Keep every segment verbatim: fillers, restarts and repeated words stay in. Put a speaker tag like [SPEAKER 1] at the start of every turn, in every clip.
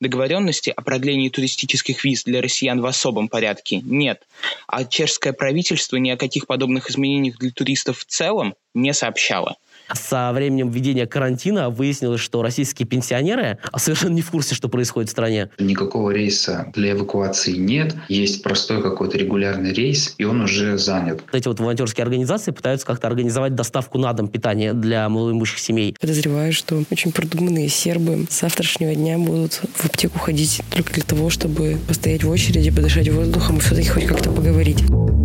[SPEAKER 1] Договоренности о продлении туристических виз для россиян в особом порядке нет, а чешское правительство ни о каких подобных изменениях для туристов в целом не сообщало.
[SPEAKER 2] Со временем введения карантина выяснилось, что российские пенсионеры совершенно не в курсе, что происходит в стране.
[SPEAKER 3] Никакого рейса для эвакуации нет. Есть простой какой-то регулярный рейс, и он уже занят.
[SPEAKER 2] Эти вот волонтерские организации пытаются как-то организовать доставку на дом питания для малоимущих семей.
[SPEAKER 4] Подозреваю, что очень продуманные сербы с завтрашнего дня будут в аптеку ходить только для того, чтобы постоять в очереди, подышать воздухом и все-таки хоть как-то поговорить.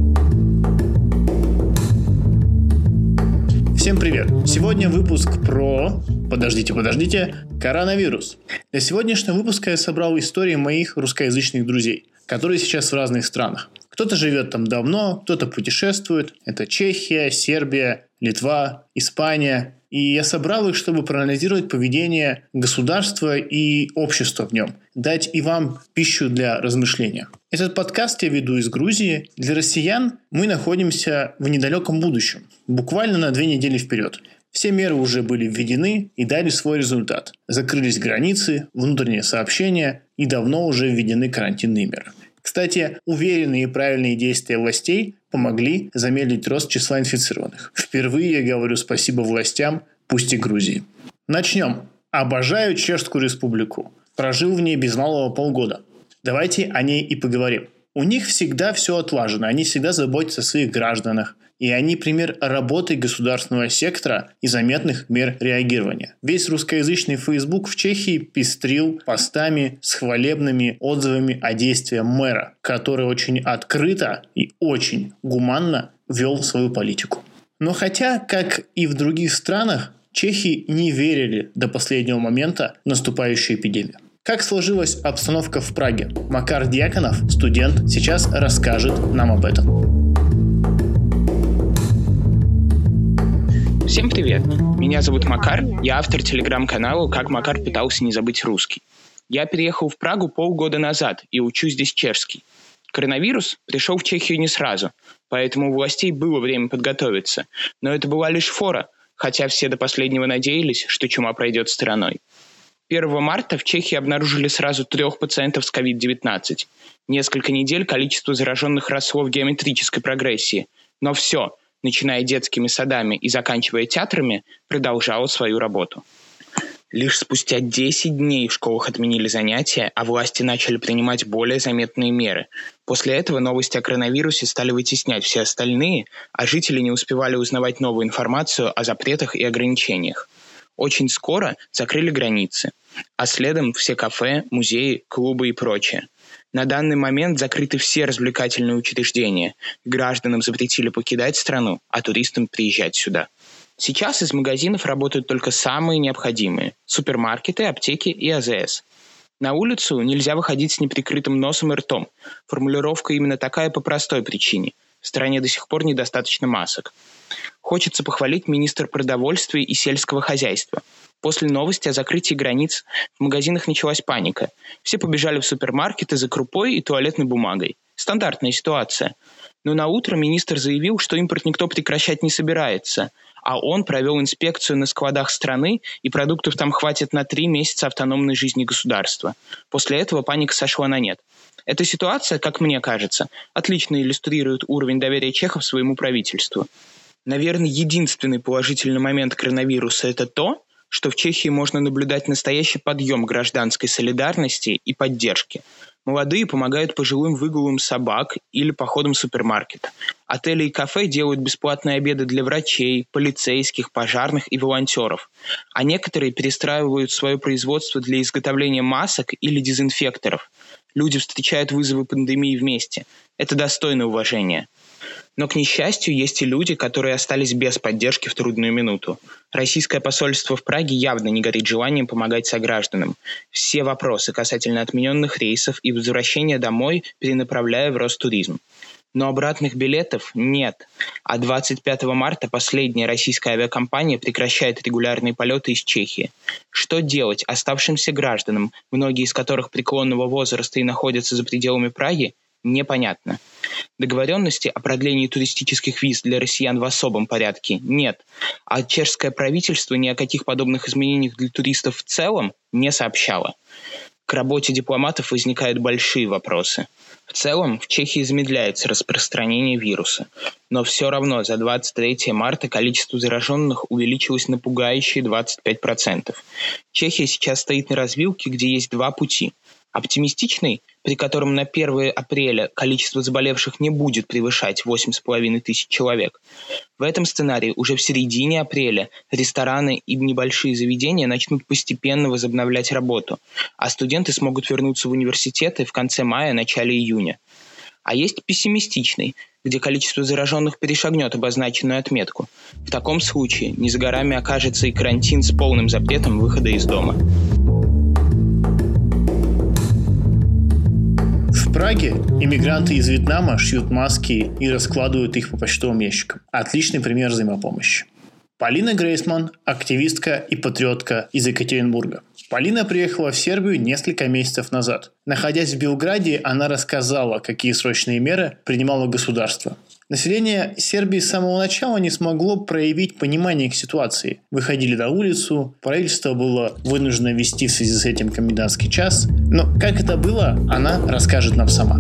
[SPEAKER 5] Всем привет! Сегодня выпуск про... Подождите, подождите. Коронавирус. Для сегодняшнего выпуска я собрал истории моих русскоязычных друзей, которые сейчас в разных странах. Кто-то живет там давно, кто-то путешествует. Это Чехия, Сербия, Литва, Испания. И я собрал их, чтобы проанализировать поведение государства и общества в нем. Дать и вам пищу для размышления. Этот подкаст я веду из Грузии. Для россиян мы находимся в недалеком будущем. Буквально на две недели вперед. Все меры уже были введены и дали свой результат. Закрылись границы, внутренние сообщения и давно уже введены карантинные меры. Кстати, уверенные и правильные действия властей помогли замедлить рост числа инфицированных. Впервые я говорю спасибо властям, пусть и Грузии. Начнем. Обожаю Чешскую Республику. Прожил в ней без малого полгода. Давайте о ней и поговорим. У них всегда все отлажено, они всегда заботятся о своих гражданах. И они пример работы государственного сектора и заметных мер реагирования. Весь русскоязычный Facebook в Чехии пестрил постами с хвалебными отзывами о действиях мэра, который очень открыто и очень гуманно вел свою политику. Но хотя, как и в других странах, чехи не верили до последнего момента в наступающую эпидемию. Как сложилась обстановка в Праге? Макар Дьяконов, студент, сейчас расскажет нам об этом.
[SPEAKER 1] Всем привет! Меня зовут Макар, я автор телеграм-канала «Как Макар пытался не забыть русский». Я переехал в Прагу полгода назад и учу здесь чешский. Коронавирус пришел в Чехию не сразу, поэтому у властей было время подготовиться. Но это была лишь фора, хотя все до последнего надеялись, что чума пройдет стороной. первого марта в Чехии обнаружили сразу трех пациентов с ковид девятнадцать. Несколько недель количество зараженных росло в геометрической прогрессии. Но все, начиная детскими садами и заканчивая театрами, продолжало свою работу. Лишь спустя десять дней в школах отменили занятия, а власти начали принимать более заметные меры. После этого новости о коронавирусе стали вытеснять все остальные, а жители не успевали узнавать новую информацию о запретах и ограничениях. Очень скоро закрыли границы, а следом все кафе, музеи, клубы и прочее. На данный момент закрыты все развлекательные учреждения. Гражданам запретили покидать страну, а туристам приезжать сюда. Сейчас из магазинов работают только самые необходимые – супермаркеты, аптеки и а зэ эс. На улицу нельзя выходить с неприкрытым носом и ртом. Формулировка именно такая по простой причине. В стране до сих пор недостаточно масок. Хочется похвалить министра продовольствия и сельского хозяйства. После новости о закрытии границ в магазинах началась паника. Все побежали в супермаркеты за крупой и туалетной бумагой. Стандартная ситуация. Но на утро министр заявил, что импорт никто прекращать не собирается, а он провел инспекцию на складах страны, и продуктов там хватит на три месяца автономной жизни государства. После этого паника сошла на нет. Эта ситуация, как мне кажется, отлично иллюстрирует уровень доверия чехов своему правительству. Наверное, единственный положительный момент коронавируса – это то, что в Чехии можно наблюдать настоящий подъем гражданской солидарности и поддержки. Молодые помогают пожилым выгулам собак или походам в супермаркет. Отели и кафе делают бесплатные обеды для врачей, полицейских, пожарных и волонтеров. А некоторые перестраивают свое производство для изготовления масок или дезинфекторов. Люди встречают вызовы пандемии вместе. Это достойно уважения. Но, к несчастью, есть и люди, которые остались без поддержки в трудную минуту. Российское посольство в Праге явно не горит желанием помогать согражданам. Все вопросы касательно отмененных рейсов и возвращения домой перенаправляя в Ростуризм. Но обратных билетов нет. А двадцать пятого марта последняя российская авиакомпания прекращает регулярные полеты из Чехии. Что делать оставшимся гражданам, многие из которых преклонного возраста и находятся за пределами Праги, непонятно. Договоренности о продлении туристических виз для россиян в особом порядке нет, а чешское правительство ни о каких подобных изменениях для туристов в целом не сообщало. К работе дипломатов возникают большие вопросы. В целом, в Чехии замедляется распространение вируса, но все равно за двадцать третьего марта количество зараженных увеличилось на пугающие двадцать пять процентов. Чехия сейчас стоит на развилке, где есть два пути. Оптимистичный, при котором на первое апреля количество заболевших не будет превышать восемь с половиной тысяч человек. В этом сценарии уже в середине апреля рестораны и небольшие заведения начнут постепенно возобновлять работу, а студенты смогут вернуться в университеты в конце мая, начале июня. А есть пессимистичный, где количество зараженных перешагнет обозначенную отметку. В таком случае не за горами окажется и карантин с полным запретом выхода из дома.
[SPEAKER 5] В Праге иммигранты из Вьетнама шьют маски и раскладывают их по почтовым ящикам. Отличный пример взаимопомощи. Полина Грейсман – активистка и патриотка из Екатеринбурга. Полина приехала в Сербию несколько месяцев назад. Находясь в Белграде, она рассказала, какие срочные меры принимало государство. Население Сербии с самого начала не смогло проявить понимание к ситуации. Выходили на улицу, правительство было вынуждено ввести в связи с этим комендантский час. Но как это было, она расскажет нам сама.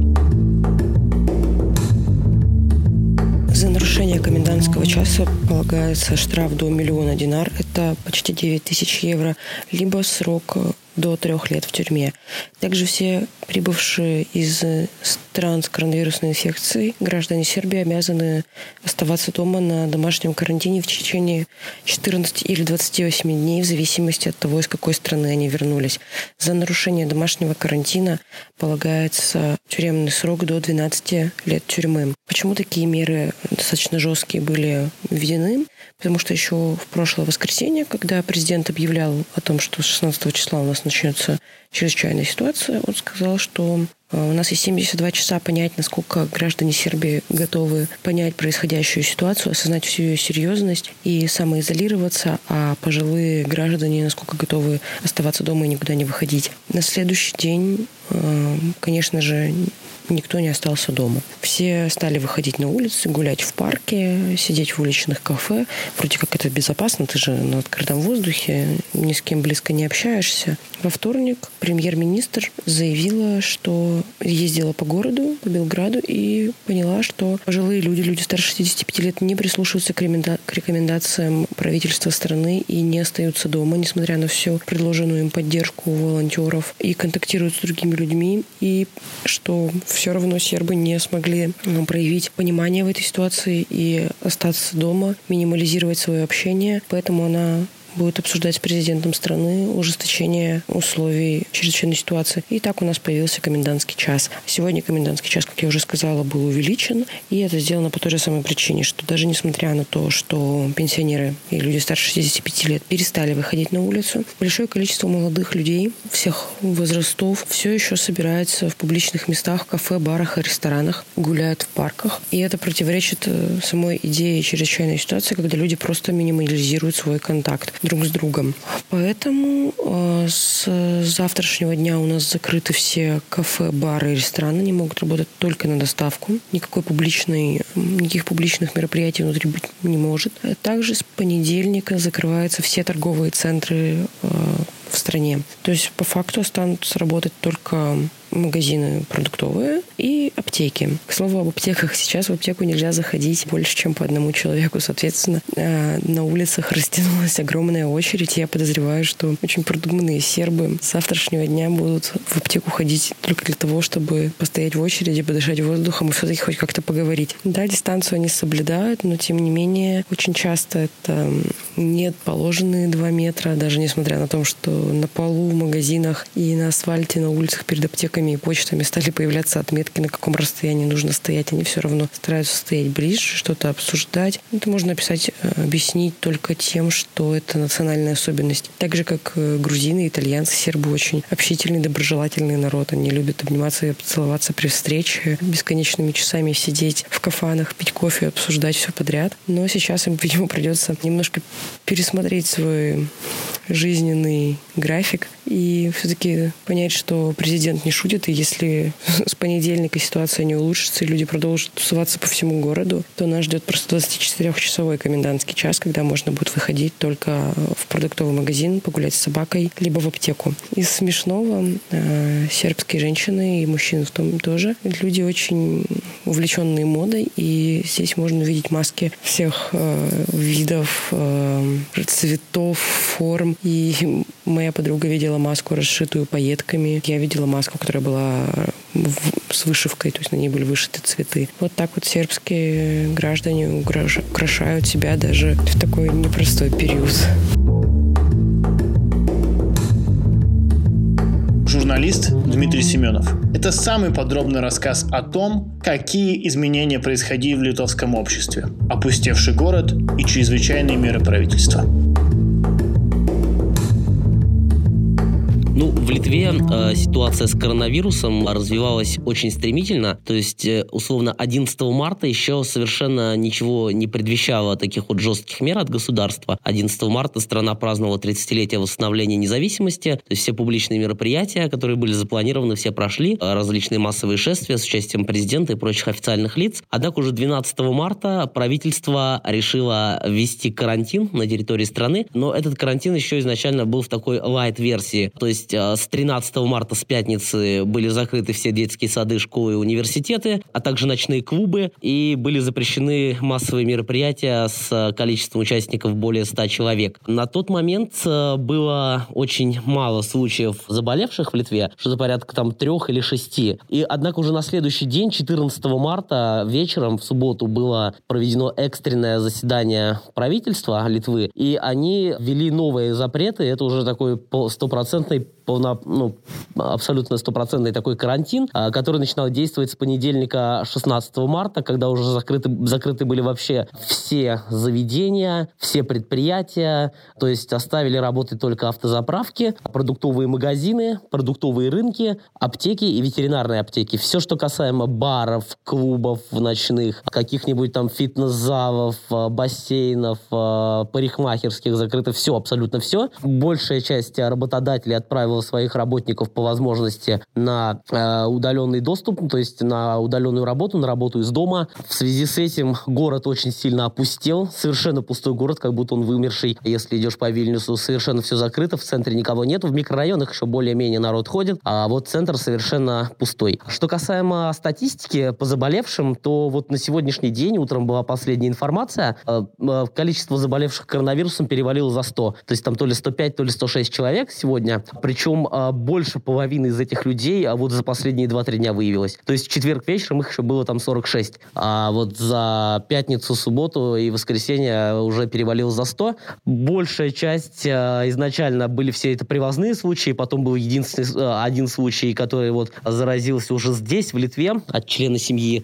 [SPEAKER 4] За нарушение комендантского часа полагается штраф до миллиона динар, это почти девять тысяч евро, либо срок до трех лет в тюрьме. Также все прибывшие из стран с коронавирусной инфекцией граждане Сербии обязаны оставаться дома на домашнем карантине в течение четырнадцати или двадцати восьми дней в зависимости от того, из какой страны они вернулись. За нарушение домашнего карантина полагается тюремный срок до двенадцати лет тюрьмы. Почему такие меры достаточно жесткие были введены? Потому что еще в прошлое воскресенье, когда президент объявлял о том, что с шестнадцатого числа у нас начнется чрезвычайная ситуация, он сказал, что у нас есть семьдесят два часа понять, насколько граждане Сербии готовы понять происходящую ситуацию, осознать всю ее серьезность и самоизолироваться, а пожилые граждане насколько готовы оставаться дома и никуда не выходить. На следующий день, конечно же, никто не остался дома. Все стали выходить на улицы, гулять в парке, сидеть в уличных кафе. Вроде как это безопасно, ты же на открытом воздухе, ни с кем близко не общаешься. Во вторник премьер-министр заявила, что ездила по городу, по Белграду, и поняла, что пожилые люди, люди старше шестидесяти пяти лет, не прислушиваются к рекомендациям правительства страны и не остаются дома, несмотря на всю предложенную им поддержку волонтеров, и контактируют с другими людьми, и что все равно сербы не смогли проявить понимание в этой ситуации и остаться дома, минимализировать свое общение. Поэтому она будет обсуждать с президентом страны ужесточение условий чрезвычайной ситуации. И так у нас появился комендантский час. Сегодня комендантский час, как я уже сказала, был увеличен. И это сделано по той же самой причине, что даже несмотря на то, что пенсионеры и люди старше шестидесяти пяти лет перестали выходить на улицу, большое количество молодых людей всех возрастов все еще собирается в публичных местах, в кафе, барах и ресторанах, гуляют в парках. И это противоречит самой идее чрезвычайной ситуации, когда люди просто минимализируют свой контакт друг с другом. Поэтому э, с завтрашнего дня у нас закрыты все кафе, бары и рестораны. Они могут работать только на доставку. Никакой публичной, никаких публичных мероприятий внутри быть не может. Также с понедельника закрываются все торговые центры э, в стране. То есть по факту останутся работать только магазины продуктовые и аптеки. К слову об аптеках. Сейчас в аптеку нельзя заходить больше, чем по одному человеку. Соответственно, на улицах растянулась огромная очередь. Я подозреваю, что очень продуманные сербы с завтрашнего дня будут в аптеку ходить только для того, чтобы постоять в очереди, подышать воздухом и все-таки хоть как-то поговорить. Да, дистанцию они соблюдают, но тем не менее очень часто это нет положенные два метра, даже несмотря на то, что на полу в магазинах и на асфальте, на улицах перед аптеками и почтами стали появляться отметки, на каком расстоянии нужно стоять. Они все равно стараются стоять ближе, что-то обсуждать. Это можно описать, объяснить только тем, что это национальная особенность. Так же, как грузины, итальянцы, сербы очень общительный, доброжелательный народ. Они любят обниматься и целоваться при встрече, бесконечными часами сидеть в кафанах, пить кофе, обсуждать все подряд. Но сейчас им, видимо, придется немножко пересмотреть свой жизненный график и все-таки понять, что президент не шутит будет, и если с понедельника ситуация не улучшится, и люди продолжат тусоваться по всему городу, то нас ждет просто двадцатичетырёхчасовой комендантский час, когда можно будет выходить только в продуктовый магазин, погулять с собакой, либо в аптеку. Из смешного, э, сербские женщины и мужчины в том тоже, люди очень увлеченные модой, и здесь можно увидеть маски всех э, видов, э, цветов, форм. И моя подруга видела маску, расшитую пайетками. Я видела маску, которая была в, с вышивкой, то есть на ней были вышиты цветы. Вот так вот сербские граждане украшают себя даже в такой непростой период.
[SPEAKER 5] Журналист Дмитрий Семенов. Это самый подробный рассказ о том, какие изменения происходили в литовском обществе, опустевший город и чрезвычайные меры правительства.
[SPEAKER 2] Ну, в Литве э, ситуация с коронавирусом развивалась очень стремительно. То есть, э, условно, одиннадцатого марта еще совершенно ничего не предвещало таких вот жестких мер от государства. одиннадцатого марта страна праздновала тридцатилетие восстановления независимости. То есть все публичные мероприятия, которые были запланированы, все прошли. Различные массовые шествия с участием президента и прочих официальных лиц. Однако уже двенадцатого марта правительство решило ввести карантин на территории страны. Но этот карантин еще изначально был в такой лайт-версии. То есть с тринадцатого марта, с пятницы, были закрыты все детские сады, школы и университеты, а также ночные клубы, и были запрещены массовые мероприятия с количеством участников более ста человек. На тот момент было очень мало случаев заболевших в Литве, что-то порядка там трех или шести. И, однако, уже на следующий день, четырнадцатого марта, вечером, в субботу, было проведено экстренное заседание правительства Литвы, и они ввели новые запреты. Это уже такой стопроцентный полно, ну, абсолютно стопроцентный такой карантин, который начинал действовать с понедельника шестнадцатого марта, когда уже закрыты, закрыты были вообще все заведения, все предприятия, то есть оставили работать только автозаправки, продуктовые магазины, продуктовые рынки, аптеки и ветеринарные аптеки. Все, что касаемо баров, клубов ночных, каких-нибудь там фитнес-залов, бассейнов, парикмахерских, закрыто все, абсолютно все. Большая часть работодателей отправила своих работников по возможности на э, удаленный доступ, то есть на удаленную работу, на работу из дома. В связи с этим город очень сильно опустел, совершенно пустой город, как будто он вымерший. Если идешь по Вильнюсу, совершенно все закрыто, в центре никого нет, в микрорайонах еще более-менее народ ходит, а вот центр совершенно пустой. Что касаемо статистики по заболевшим, то вот на сегодняшний день, утром была последняя информация, э, э, количество заболевших коронавирусом перевалило за сто. То есть там то ли сто пять, то ли сто шесть человек сегодня. Причем а, больше половины из этих людей а вот за последние два-три дня выявилось. То есть в четверг вечером их еще было там сорок шесть. А вот за пятницу, субботу и воскресенье уже перевалил за сто. Большая часть а, изначально были все это привозные случаи, потом был единственный а, один случай, который вот заразился уже здесь, в Литве, от члена семьи.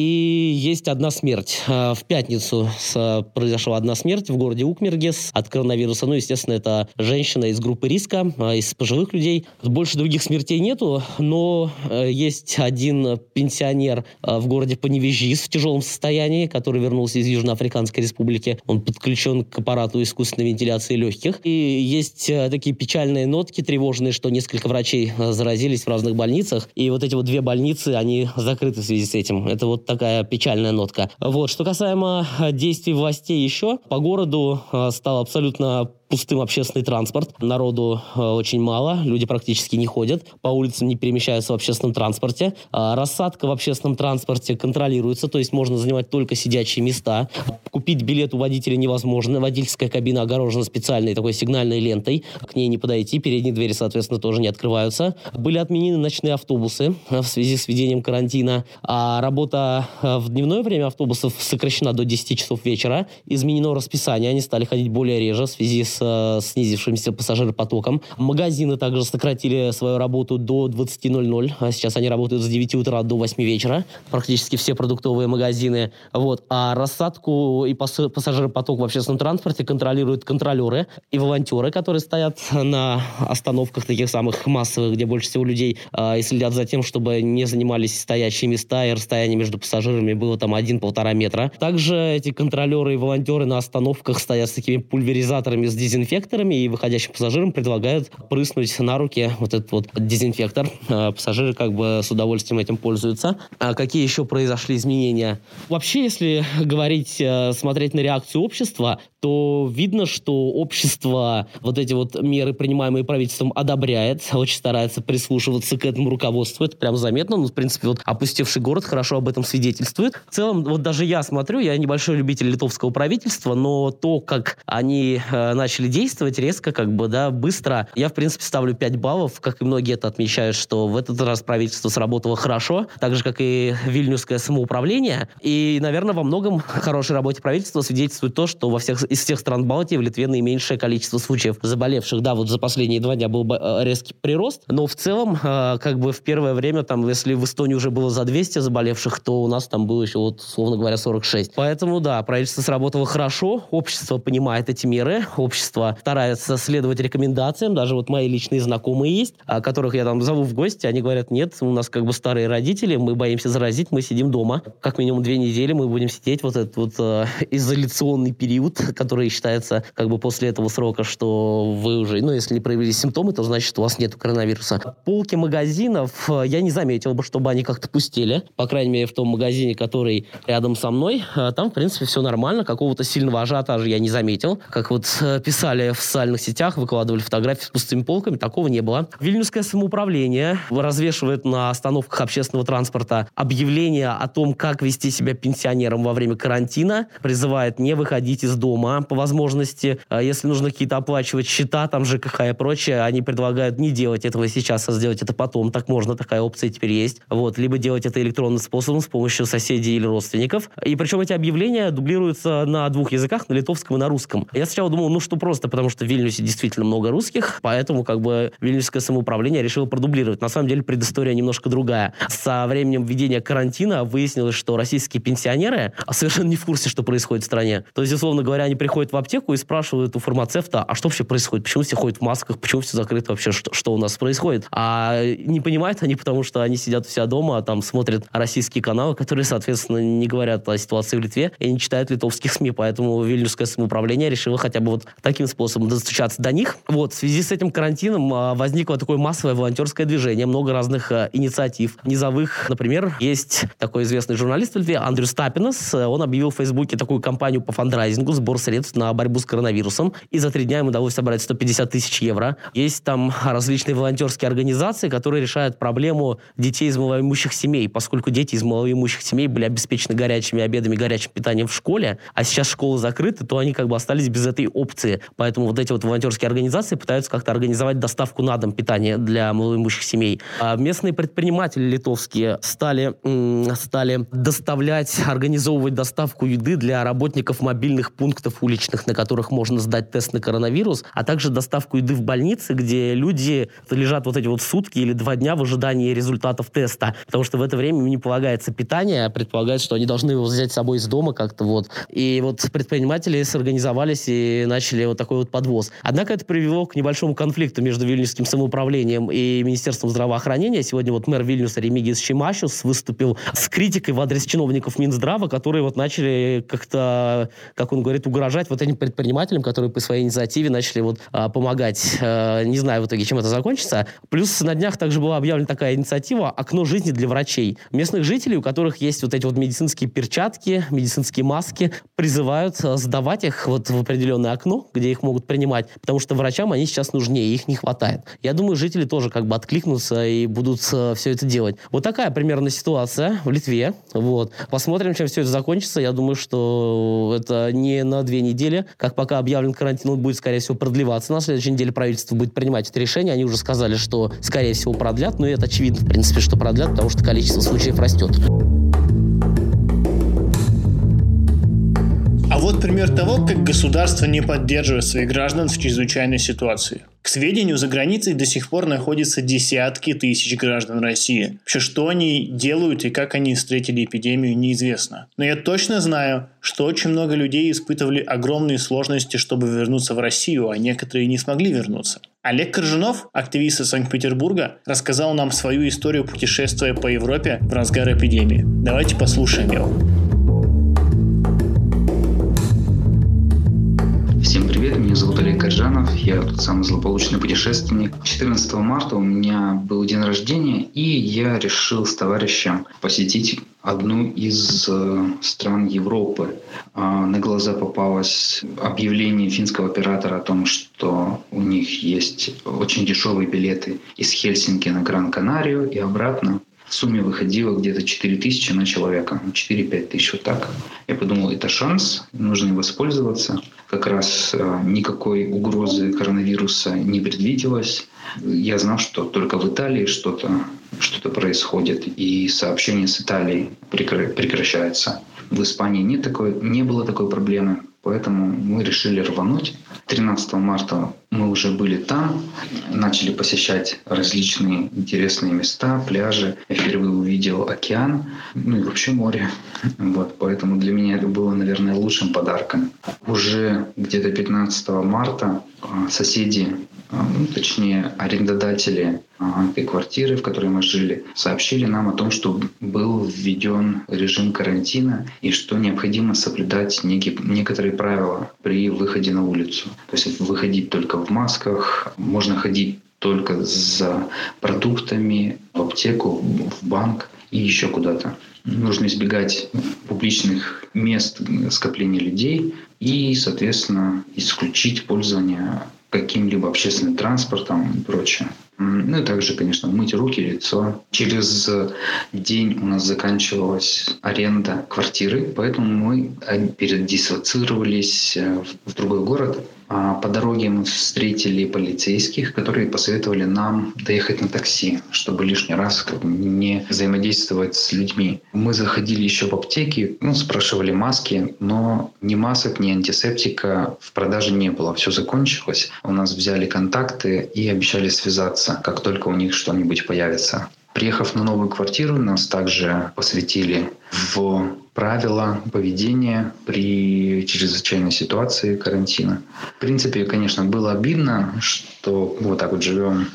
[SPEAKER 2] И есть одна смерть. А, в пятницу с, произошла одна смерть в городе Укмергес от коронавируса. Ну, естественно, это женщина из группы риска, а, из пожилых людей. Больше других смертей нету, но э, есть один пенсионер э, в городе Паневежис в тяжелом состоянии, который вернулся из Южноафриканской республики. Он подключен к аппарату искусственной вентиляции легких. И есть э, такие печальные нотки, тревожные, что несколько врачей э, заразились в разных больницах. И вот эти вот две больницы, они закрыты в связи с этим. Это вот такая печальная нотка. Вот. Что касаемо э, действий властей еще, по городу э, стало абсолютно пустым общественный транспорт. Народу э, очень мало, люди практически не ходят, по улицам не перемещаются в общественном транспорте. А рассадка в общественном транспорте контролируется, то есть можно занимать только сидячие места. Купить билет у водителя невозможно. Водительская кабина огорожена специальной такой сигнальной лентой. К ней не подойти, передние двери, соответственно, тоже не открываются. Были отменены ночные автобусы в связи с введением карантина. А работа в дневное время автобусов сокращена до десяти часов вечера. Изменено расписание, они стали ходить более реже в связи с снизившимся пассажиропотоком. Магазины также сократили свою работу до двадцати ноль-ноль, а сейчас они работают с девяти утра до восьми вечера. Практически все продуктовые магазины. Вот. А рассадку и пассажиропоток в общественном транспорте контролируют контролеры и волонтеры, которые стоят на остановках таких самых массовых, где больше всего людей, и следят за тем, чтобы не занимались стоящие места, и расстояние между пассажирами было там один-полтора метра. Также эти контролеры и волонтеры на остановках стоят с такими пульверизаторами с дезинфекторами, и выходящим пассажирам предлагают прыснуть на руки вот этот вот дезинфектор. Пассажиры как бы с удовольствием этим пользуются. А какие еще произошли изменения? Вообще, если говорить, смотреть на реакцию общества, то видно, что общество вот эти вот меры, принимаемые правительством, одобряет, очень старается прислушиваться к этому руководству. Это прям заметно. Ну, в принципе, вот опустевший город хорошо об этом свидетельствует. В целом, вот даже я смотрю, я небольшой любитель литовского правительства, но то, как они э, начали действовать резко, как бы, да, быстро, я, в принципе, ставлю пять баллов, как и многие это отмечают, что в этот раз правительство сработало хорошо, так же, как и вильнюсское самоуправление. И, наверное, во многом хорошей работе правительства свидетельствует то, что во всех из всех стран Балтии в Литве наименьшее количество случаев заболевших. Да, вот за последние два дня был резкий прирост, но в целом, э, как бы в первое время, там, если в Эстонии уже было за двести заболевших, то у нас там было еще, вот, условно говоря, сорок шесть. Поэтому, да, правительство сработало хорошо, общество понимает эти меры, общество старается следовать рекомендациям, даже вот мои личные знакомые есть, которых я там зову в гости, они говорят, нет, у нас как бы старые родители, мы боимся заразить, мы сидим дома. Как минимум две недели мы будем сидеть, вот этот вот э, изоляционный период, который считается как бы после этого срока, что вы уже, ну, если не проявили симптомы, то значит, что у вас нет коронавируса. Полки магазинов я не заметил бы, чтобы они как-то пустели, по крайней мере, в том магазине, который рядом со мной, там, в принципе, все нормально, какого-то сильного ажиотажа я не заметил. Как вот писали в социальных сетях, выкладывали фотографии с пустыми полками, такого не было. Вильнюсское самоуправление развешивает на остановках общественного транспорта объявления о том, как вести себя пенсионерам во время карантина, призывает не выходить из дома по возможности. Если нужно какие-то оплачивать счета, там ЖКХ и прочее, они предлагают не делать этого сейчас, а сделать это потом. Так можно, такая опция теперь есть. Вот. Либо делать это электронным способом с помощью соседей или родственников. И причем эти объявления дублируются на двух языках, на литовском и на русском. Я сначала думал, ну что просто, потому что в Вильнюсе действительно много русских, поэтому как бы вильнюсское самоуправление решило продублировать. На самом деле предыстория немножко другая. Со временем введения карантина выяснилось, что российские пенсионеры совершенно не в курсе, что происходит в стране. То есть, условно говоря, они приходят в аптеку и спрашивают у фармацевта, а что вообще происходит? Почему все ходят в масках? Почему все закрыто вообще? Что, что у нас происходит? А не понимают они, потому что они сидят у себя дома, там смотрят российские каналы, которые, соответственно, не говорят о ситуации в Литве и не читают литовских СМИ. Поэтому вильнюсское самоуправление решило хотя бы вот таким способом достучаться до них. Вот, в связи с этим карантином возникло такое массовое волонтерское движение, много разных инициатив низовых. Например, есть такой известный журналист в Литве Андрю Стапинас. Он объявил в Фейсбуке такую кампанию по фандрайзингу, сбор средств на борьбу с коронавирусом. И за три дня ему удалось собрать сто пятьдесят тысяч евро. Есть там различные волонтерские организации, которые решают проблему детей из малоимущих семей, поскольку дети из малоимущих семей были обеспечены горячими обедами, горячим питанием в школе, а сейчас школы закрыты, то они как бы остались без этой опции. Поэтому вот эти вот волонтерские организации пытаются как-то организовать доставку на дом питания для малоимущих семей. А местные предприниматели литовские стали, м- стали доставлять, организовывать доставку еды для работников мобильных пунктов уличных, на которых можно сдать тест на коронавирус, а также доставку еды в больницы, где люди лежат вот эти вот сутки или два дня в ожидании результатов теста, потому что в это время им не полагается питание, а предполагается, что они должны его взять с собой из дома как-то вот. И вот предприниматели сорганизовались и начали вот такой вот подвоз. Однако это привело к небольшому конфликту между Вильнюсским самоуправлением и Министерством здравоохранения. Сегодня вот мэр Вильнюса Ремигис Шимашус выступил с критикой в адрес чиновников Минздрава, которые вот начали как-то, как он говорит, угрожать вот этим предпринимателям, которые по своей инициативе начали вот а, помогать. А, не знаю в итоге, чем это закончится. Плюс на днях также была объявлена такая инициатива «Окно жизни для врачей». Местных жителей, у которых есть вот эти вот медицинские перчатки, медицинские маски, призывают сдавать их вот в определенное окно, где их могут принимать, потому что врачам они сейчас нужнее, их не хватает. Я думаю, жители тоже как бы откликнутся и будут все это делать. Вот такая примерно ситуация в Литве. Вот. Посмотрим, чем все это закончится. Я думаю, что это не на две недели. Как пока объявлен карантин, он будет, скорее всего, продлеваться. На следующей неделе правительство будет принимать это решение. Они уже сказали, что, скорее всего, продлят. Но это очевидно, в принципе, что продлят, потому что количество случаев растет.
[SPEAKER 5] А вот пример того, как государство не поддерживает своих граждан в чрезвычайной ситуации. К сведению, за границей до сих пор находятся десятки тысяч граждан России. Вообще, что они делают и как они встретили эпидемию, неизвестно. Но я точно знаю, что очень много людей испытывали огромные сложности, чтобы вернуться в Россию, а некоторые не смогли вернуться. Олег Коржунов, активист из Санкт-Петербурга, рассказал нам свою историю путешествия по Европе в разгар эпидемии. Давайте послушаем его.
[SPEAKER 3] Всем привет, меня Меня зовут Олег Каржанов, я тот самый злополучный путешественник. четырнадцатого марта у меня был день рождения, и я решил с товарищем посетить одну из э, стран Европы. А, на глаза попалось объявление финского оператора о том, что у них есть очень дешевые билеты из Хельсинки на Гран-Канарию и обратно. В сумме выходило где-то четыре тысячи на человека, четыре-пять тысяч вот так. Я подумал, это шанс, нужно им воспользоваться. Как раз э, никакой угрозы коронавируса не предвиделось. Я знал, что только в Италии что-то что-то происходит, и сообщение с Италией прекра- прекращается. В Испании нет такой, не было такой проблемы, поэтому мы решили рвануть. тринадцатого марта мы уже были там, начали посещать различные интересные места, пляжи. Я впервые увидел океан, ну и вообще море. Вот, поэтому для меня это было, наверное, лучшим подарком. Уже где-то пятнадцатого марта соседи, ну, точнее арендодатели этой квартиры, в которой мы жили, сообщили нам о том, что был введен режим карантина и что необходимо соблюдать некие, некоторые правила при выходе на улицу. То есть выходить только в масках, можно ходить только за продуктами в аптеку, в банк и еще куда-то. Нужно избегать публичных мест скопления людей и, соответственно, исключить пользование каким-либо общественным транспортом и прочее. Ну и также, конечно, мыть руки, лицо. Через день у нас заканчивалась аренда квартиры, поэтому мы передислоцировались в другой город. А по дороге мы встретили полицейских, которые посоветовали нам доехать на такси, чтобы лишний раз как бы не взаимодействовать с людьми. Мы заходили еще в аптеки, ну, спрашивали маски, но ни масок, ни антисептика в продаже не было. Все закончилось. У нас взяли контакты и обещали связаться, как только у них что-нибудь появится. Приехав на новую квартиру, нас также посвятили в правила поведения при чрезвычайной ситуации карантина. В принципе, конечно, было обидно, что вот так вот живем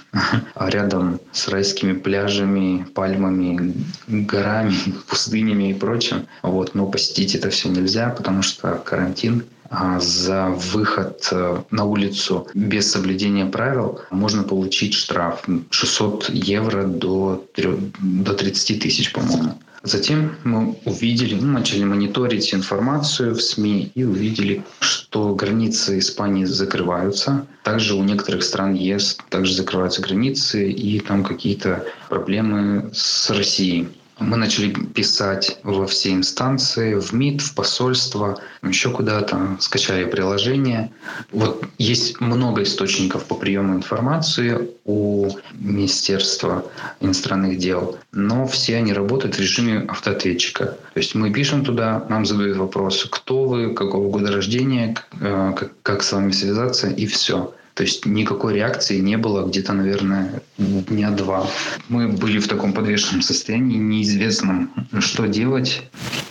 [SPEAKER 3] рядом с райскими пляжами, пальмами, горами, пустынями и прочим. Вот, но посетить это все нельзя, потому что карантин. А за выход на улицу без соблюдения правил можно получить штраф шестьсот евро до тридцати тысяч, по-моему. Затем мы увидели, ну, начали мониторить информацию в СМИ и увидели, что границы Испании закрываются. Также у некоторых стран ЕС также закрываются границы, и там какие-то проблемы с Россией. Мы начали писать во все инстанции, в МИД, в посольство, еще куда-то, скачали приложение. Вот есть много источников по приему информации у Министерства иностранных дел, но все они работают в режиме автоответчика. То есть мы пишем туда, нам задают вопрос, кто вы, какого года рождения, как, как с вами связаться, и все. То есть никакой реакции не было где-то, наверное, дня два. Мы были в таком подвешенном состоянии, неизвестном, что делать.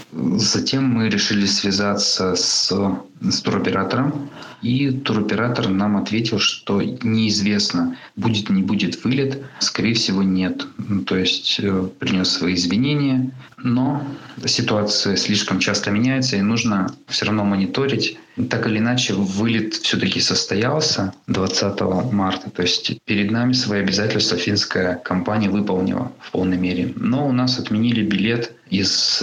[SPEAKER 3] Затем мы решили связаться с, с туроператором, и туроператор нам ответил, что неизвестно, будет не будет вылет, скорее всего нет. То есть принес свои извинения, но ситуация слишком часто меняется, и нужно все равно мониторить. Так или иначе, вылет все-таки состоялся двадцатого марта, то есть перед нами свои обязательства финская компания выполнила в полной мере. Но у нас отменили билет из,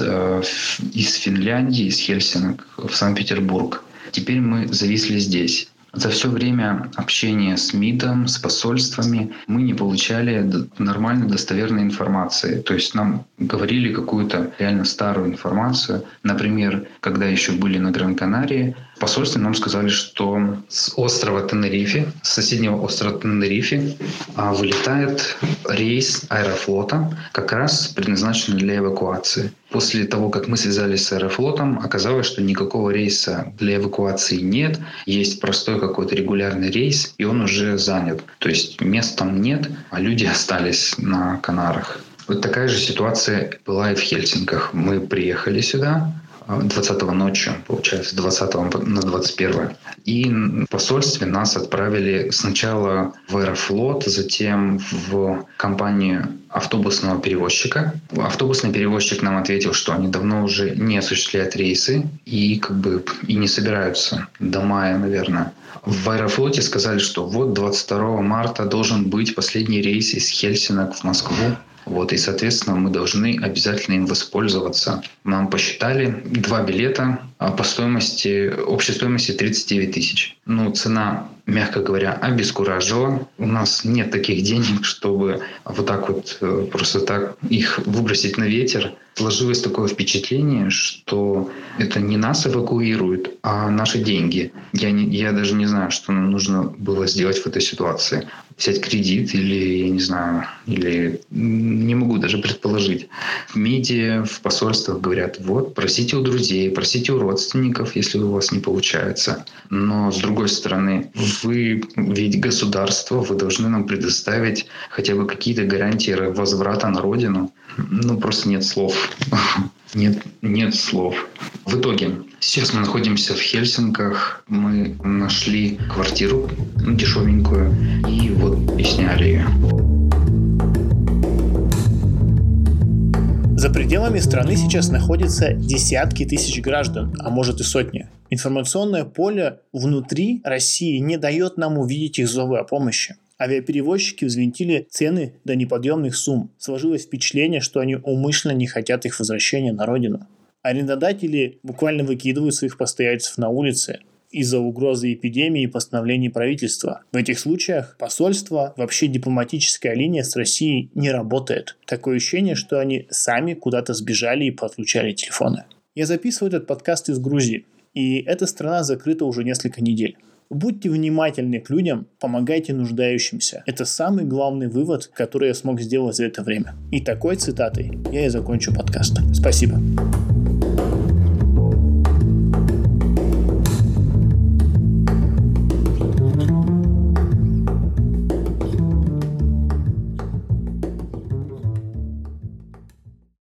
[SPEAKER 3] из Финляндии, из Хельсинки в Санкт-Петербург. Теперь мы зависли здесь. За все время общения с МИДом, с посольствами мы не получали нормальной достоверной информации. То есть нам говорили какую-то реально старую информацию. Например, когда еще были на Гран-Канарии, в посольстве нам сказали, что с острова Тенерифе, с соседнего острова Тенерифе, вылетает рейс Аэрофлота, как раз предназначенный для эвакуации. После того, как мы связались с Аэрофлотом, оказалось, что никакого рейса для эвакуации нет. Есть простой какой-то регулярный рейс, и он уже занят. То есть мест там нет, а люди остались на Канарах. Вот такая же ситуация была и в Хельсинках. Мы приехали сюда, двадцатого ночью, получается, с двадцатого на двадцать первое. И в посольстве нас отправили сначала в Аэрофлот, затем в компанию автобусного перевозчика. Автобусный перевозчик нам ответил, что они давно уже не осуществляют рейсы и как бы и не собираются до мая, наверное. В Аэрофлоте сказали, что вот двадцать второго марта должен быть последний рейс из Хельсинок в Москву. Вот, и, соответственно, мы должны обязательно им воспользоваться. Нам посчитали два билета по стоимости, общей стоимости тридцать девять тысяч. Ну, цена, мягко говоря, обескуражила. У нас нет таких денег, чтобы вот так вот просто так их выбросить на ветер. Сложилось такое впечатление, что это не нас эвакуируют, а наши деньги. Я, не, я даже не знаю, что нам нужно было сделать в этой ситуации. Взять кредит или, я не знаю, или не могу даже предположить. В медиа, в посольствах говорят, вот, просите у друзей, просите у родственников, если у вас не получается. Но, с другой стороны, вы ведь государство, вы должны нам предоставить хотя бы какие-то гарантии возврата на родину. Ну, просто нет слов. Нет, нет слов. В итоге, сейчас мы находимся в Хельсинках. Мы нашли квартиру дешевенькую и вот и сняли ее.
[SPEAKER 5] За пределами страны сейчас находятся десятки тысяч граждан, а может и сотни. Информационное поле внутри России не дает нам увидеть их зовы о помощи. Авиаперевозчики взвинтили цены до неподъемных сумм. Сложилось впечатление, что они умышленно не хотят их возвращения на родину. Арендодатели буквально выкидывают своих постояльцев на улице из-за угрозы эпидемии и постановлений правительства. В этих случаях посольство, вообще дипломатическая линия с Россией не работает. Такое ощущение, что они сами куда-то сбежали и подключали телефоны. Я записываю этот подкаст из Грузии, и эта страна закрыта уже несколько недель. Будьте внимательны к людям, помогайте нуждающимся. Это самый главный вывод, который я смог сделать за это время. И такой цитатой я и закончу подкаст. Спасибо.